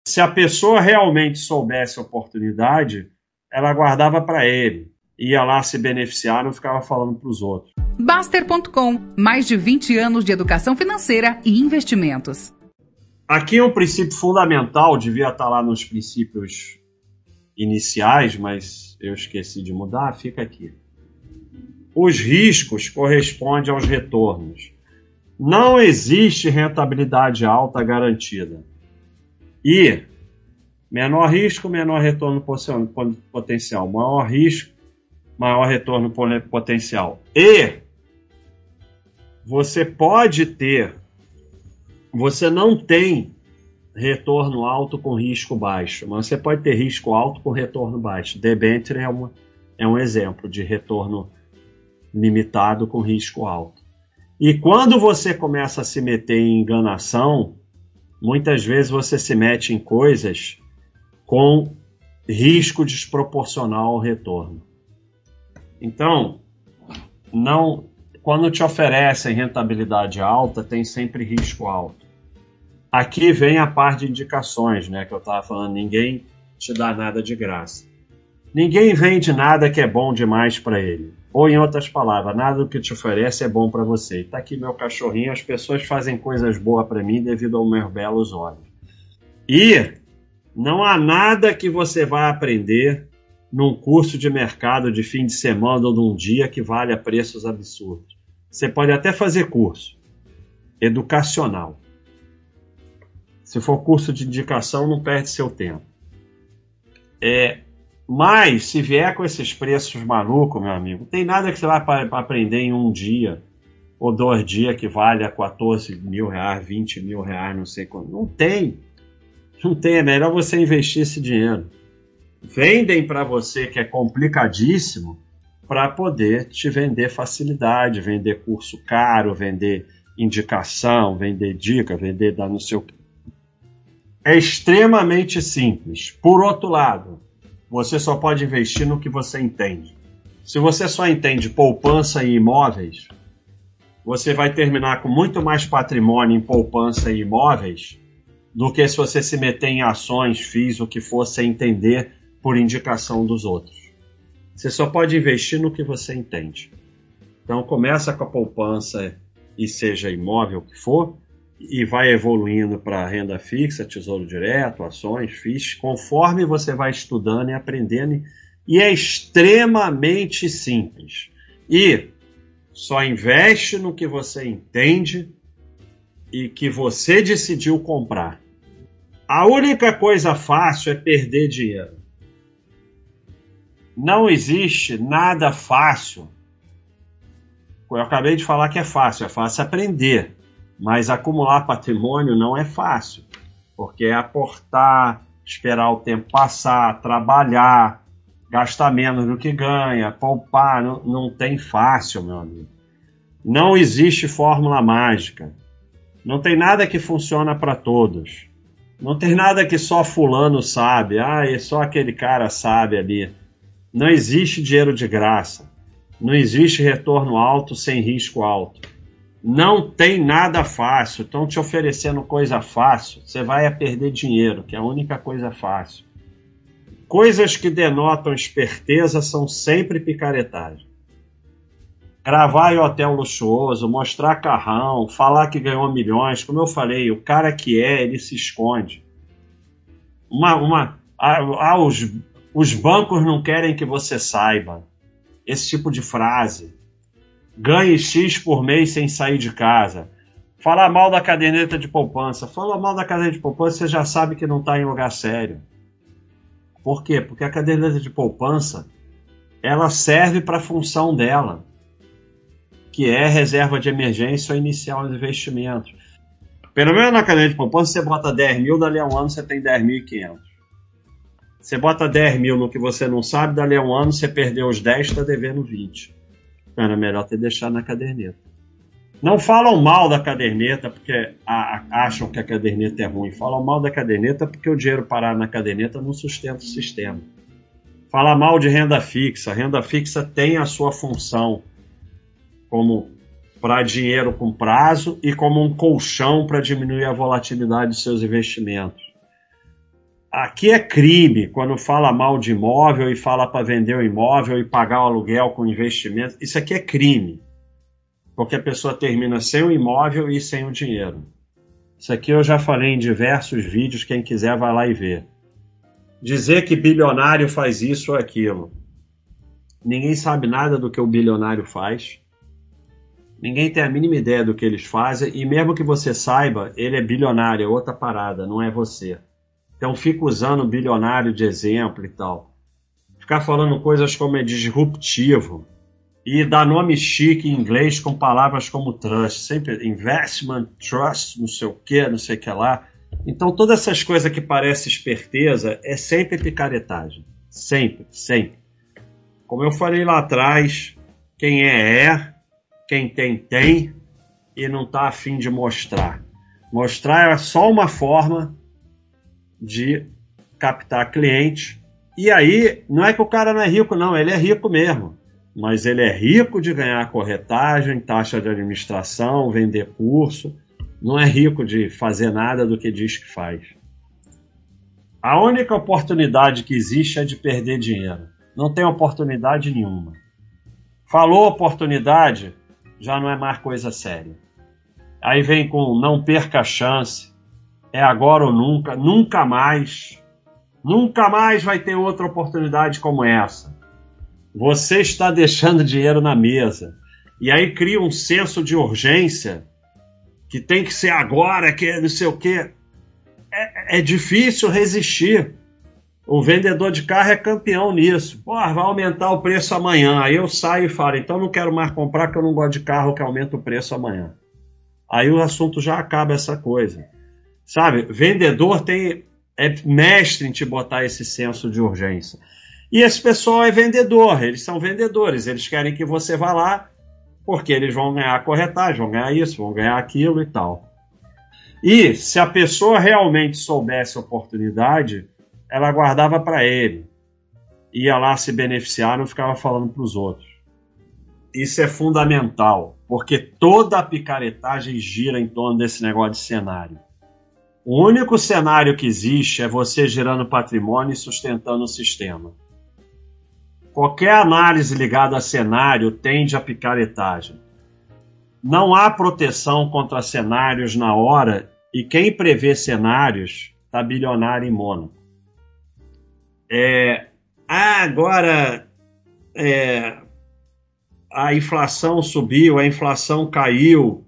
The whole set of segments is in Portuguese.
Se a pessoa realmente soubesse a oportunidade, ela guardava para ele. Ia lá se beneficiar, não ficava falando para os outros. Baster.com, mais de 20 anos de educação financeira e investimentos. Aqui um princípio fundamental, devia estar lá nos princípios iniciais, mas eu esqueci de mudar, fica aqui. Os riscos correspondem aos retornos. Não existe rentabilidade alta garantida. E menor risco, menor retorno potencial. Maior risco, maior retorno potencial. E você pode ter, você não tem retorno alto com risco baixo, mas você pode ter risco alto com retorno baixo. Debênture é um exemplo de retorno limitado com risco alto. E quando você começa a se meter em enganação, muitas vezes você se mete em coisas com risco desproporcional ao retorno. Então, quando te oferecem rentabilidade alta, tem sempre risco alto. Aqui vem a parte de indicações, né, que eu estava falando, ninguém te dá nada de graça. Ninguém vende nada que é bom demais para ele. Ou, em outras palavras, nada do que te oferece é bom para você. Está aqui meu cachorrinho, as pessoas fazem coisas boas para mim devido aos meus belos olhos. E não há nada que você vai aprender num curso de mercado de fim de semana ou num dia que valha preços absurdos. Você pode até fazer curso educacional. Se for curso de indicação, não perde seu tempo. Mas, se vier com esses preços malucos, meu amigo, tem nada que você vai aprender em um dia ou 2 dias que valha 14 mil reais, 20 mil reais, não sei quanto. Não tem. Não tem. É melhor você investir esse dinheiro. Vendem para você que é complicadíssimo para poder te vender facilidade, vender curso caro, vender indicação, vender dica, vender dar no seu... É extremamente simples. Por outro lado, você só pode investir no que você entende. Se você só entende poupança e imóveis, você vai terminar com muito mais patrimônio em poupança e imóveis do que se você se meter em ações, FIIs, o que for, sem entender por indicação dos outros. Você só pode investir no que você entende. Então começa com a poupança e seja imóvel o que for, e vai evoluindo para renda fixa, tesouro direto, ações, FIIs, conforme você vai estudando e aprendendo. E é extremamente simples. E só investe no que você entende e que você decidiu comprar. A única coisa fácil é perder dinheiro. Não existe nada fácil. Eu acabei de falar que é fácil aprender. Mas acumular patrimônio não é fácil, porque é aportar, esperar o tempo passar, trabalhar, gastar menos do que ganha, poupar, não tem fácil, meu amigo. Não existe fórmula mágica. Não tem nada que funciona para todos. Não tem nada que só fulano sabe, só aquele cara sabe ali. Não existe dinheiro de graça. Não existe retorno alto sem risco alto. Não tem nada fácil. Estão te oferecendo coisa fácil. Você vai perder dinheiro, que é a única coisa fácil. Coisas que denotam esperteza são sempre picaretagem. Gravar em hotel luxuoso, mostrar carrão, falar que ganhou milhões. Como eu falei, o cara que ele se esconde. Os bancos não querem que você saiba. Esse tipo de frase. Ganhe X por mês sem sair de casa. Falar mal da caderneta de poupança. Fala mal da caderneta de poupança, você já sabe que não está em lugar sério. Por quê? Porque a caderneta de poupança ela serve para a função dela, que é reserva de emergência ou inicial de investimento. Pelo menos na caderneta de poupança você bota 10 mil, dali a um ano você tem 10.500. Você bota 10 mil no que você não sabe, dali a um ano você perdeu os 10, está devendo 20. Era melhor ter deixado na caderneta. Não falam mal da caderneta porque acham que a caderneta é ruim. Falam mal da caderneta porque o dinheiro parado na caderneta não sustenta o sistema. Fala mal de renda fixa. A renda fixa tem a sua função como para dinheiro com prazo e como um colchão para diminuir a volatilidade de seus investimentos. Aqui é crime quando fala mal de imóvel e fala para vender o imóvel e pagar o aluguel com investimento. Isso aqui é crime, porque a pessoa termina sem o imóvel e sem o dinheiro. Isso aqui eu já falei em diversos vídeos, quem quiser vai lá e ver. Dizer que bilionário faz isso ou aquilo. Ninguém sabe nada do que o bilionário faz. Ninguém tem a mínima ideia do que eles fazem. E mesmo que você saiba, ele é bilionário, é outra parada, não é você. Então fica usando o bilionário de exemplo e tal. Ficar falando coisas como é disruptivo. E dar nome chique em inglês com palavras como trust. Sempre investment, trust, não sei o que lá. Então todas essas coisas que parecem esperteza é sempre picaretagem. Sempre, sempre. Como eu falei lá atrás, quem é, quem tem, e não está a fim de mostrar. Mostrar é só uma forma de captar cliente. E aí, não é que o cara não é rico, não, ele é rico mesmo. Mas ele é rico de ganhar corretagem, taxa de administração, vender curso. Não é rico de fazer nada do que diz que faz. A única oportunidade que existe é de perder dinheiro. Não tem oportunidade nenhuma. Falou oportunidade, já não é mais coisa séria. Aí vem com não perca a chance, é agora ou nunca, nunca mais vai ter outra oportunidade como essa. Você está deixando dinheiro na mesa. E aí cria um senso de urgência que tem que ser agora, que não sei o quê. É difícil resistir. O vendedor de carro é campeão nisso. Pô, vai aumentar o preço amanhã. Aí eu saio e falo, então não quero mais comprar porque eu não gosto de carro que aumenta o preço amanhã. Aí o assunto já acaba essa coisa. Sabe, vendedor é mestre em te botar esse senso de urgência. E esse pessoal é vendedor, eles são vendedores. Eles querem que você vá lá porque eles vão ganhar corretagem, vão ganhar isso, vão ganhar aquilo e tal. E se a pessoa realmente soubesse a oportunidade, ela guardava para ele. Ia lá se beneficiar, não ficava falando para os outros. Isso é fundamental, porque toda a picaretagem gira em torno desse negócio de cenário. O único cenário que existe é você gerando patrimônio e sustentando o sistema. Qualquer análise ligada a cenário tende a picaretagem. Não há proteção contra cenários na hora e quem prevê cenários está bilionário em Mônaco. Agora a inflação subiu, a inflação caiu,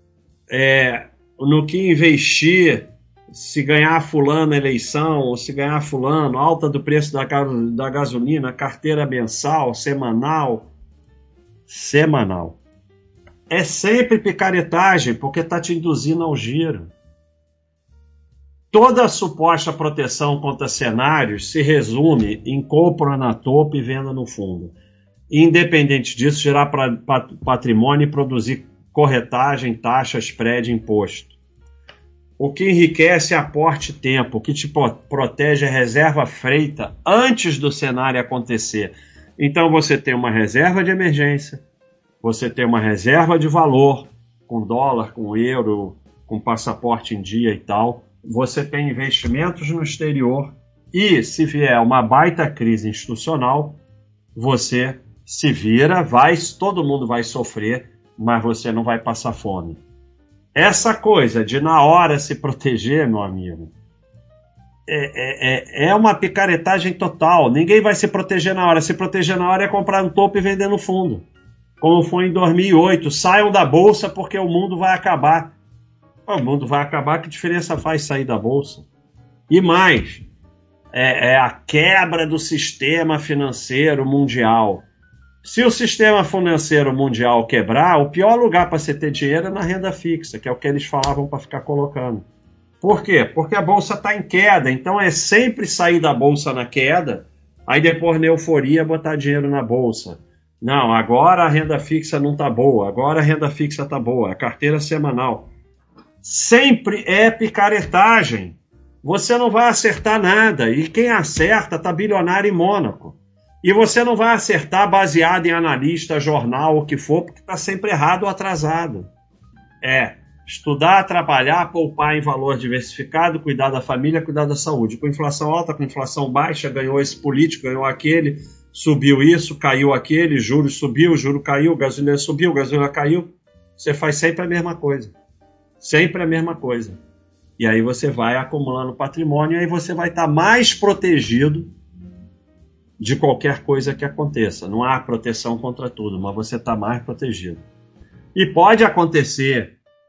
no que investir, se ganhar fulano a eleição, ou se ganhar fulano, alta do preço da gasolina, carteira mensal, semanal. É sempre picaretagem, porque está te induzindo ao giro. Toda a suposta proteção contra cenários se resume em compra na topo e venda no fundo. Independente disso, gerar patrimônio e produzir corretagem, taxa, spread, imposto. O que enriquece é aporte tempo, o que te protege é reserva freita antes do cenário acontecer. Então você tem uma reserva de emergência, você tem uma reserva de valor, com dólar, com euro, com passaporte em dia e tal. Você tem investimentos no exterior e, se vier uma baita crise institucional, você se vira, todo mundo vai sofrer, mas você não vai passar fome. Essa coisa de na hora se proteger, meu amigo, é uma picaretagem total. Ninguém vai se proteger na hora. Se proteger na hora é comprar no topo e vender no fundo. Como foi em 2008. Saiam da bolsa porque o mundo vai acabar. O mundo vai acabar, que diferença faz sair da bolsa? E mais, é a quebra do sistema financeiro mundial. Se o sistema financeiro mundial quebrar, o pior lugar para você ter dinheiro é na renda fixa, que é o que eles falavam para ficar colocando. Por quê? Porque a bolsa está em queda, então é sempre sair da bolsa na queda, aí depois na euforia botar dinheiro na bolsa. Não, agora a renda fixa não está boa, agora a renda fixa está boa, a carteira semanal. Sempre é picaretagem. Você não vai acertar nada, e quem acerta está bilionário em Mônaco. E você não vai acertar baseado em analista, jornal, o que for, porque está sempre errado ou atrasado. Estudar, trabalhar, poupar em valor diversificado, cuidar da família, cuidar da saúde. Com inflação alta, com inflação baixa, ganhou esse político, ganhou aquele, subiu isso, caiu aquele, juros subiu, juro caiu, gasolina subiu, gasolina caiu. Você faz sempre a mesma coisa. Sempre a mesma coisa. E aí você vai acumulando patrimônio e aí você vai estar mais protegido de qualquer coisa que aconteça. Não há proteção contra tudo, mas você está mais protegido. E pode acontecer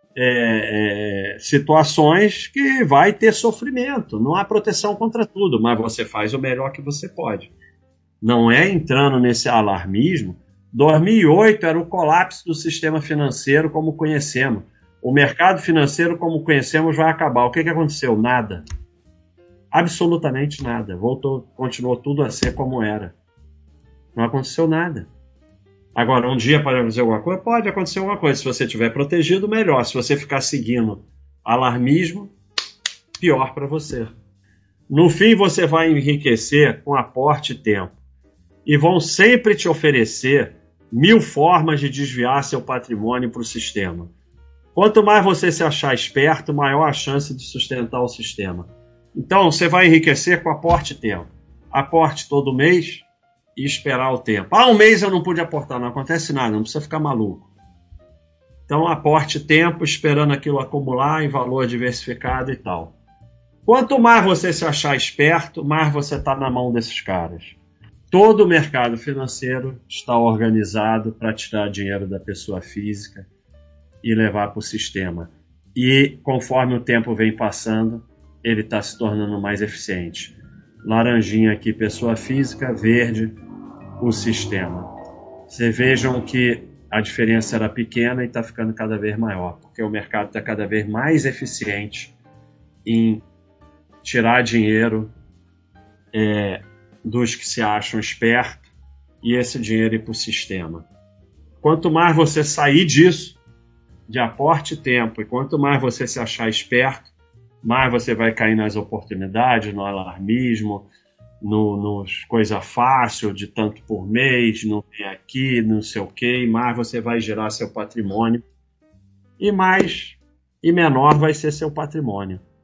situações que vai ter sofrimento. Não há proteção contra tudo, mas você faz o melhor que você pode. Não é entrando nesse alarmismo. 2008 era o colapso do sistema financeiro como conhecemos. O mercado financeiro como conhecemos vai acabar. O que aconteceu? Nada. Absolutamente nada. Continuou tudo a ser como era. Não aconteceu nada. Agora, um dia pode acontecer alguma coisa? Pode acontecer alguma coisa. Se você estiver protegido, melhor. Se você ficar seguindo alarmismo, pior para você. No fim, você vai enriquecer com aporte e tempo. E vão sempre te oferecer 1000 formas de desviar seu patrimônio para o sistema. Quanto mais você se achar esperto, maior a chance de sustentar o sistema. Então, você vai enriquecer com aporte e tempo. Aporte todo mês e esperar o tempo. Um mês eu não pude aportar, não acontece nada, não precisa ficar maluco. Então, aporte tempo, esperando aquilo acumular em valor diversificado e tal. Quanto mais você se achar esperto, mais você está na mão desses caras. Todo o mercado financeiro está organizado para tirar dinheiro da pessoa física e levar para o sistema. E conforme o tempo vem passando, ele está se tornando mais eficiente. Laranjinha aqui, pessoa física, verde, o sistema. Vocês vejam que a diferença era pequena e está ficando cada vez maior, porque o mercado está cada vez mais eficiente em tirar dinheiro dos que se acham espertos e esse dinheiro ir para o sistema. Quanto mais você sair disso, de aporte e tempo, e quanto mais você se achar esperto, mais você vai cair nas oportunidades, no alarmismo, nos coisa fácil, de tanto por mês, não tem aqui, não sei o quê, e mais você vai gerar seu patrimônio, e menor vai ser seu patrimônio.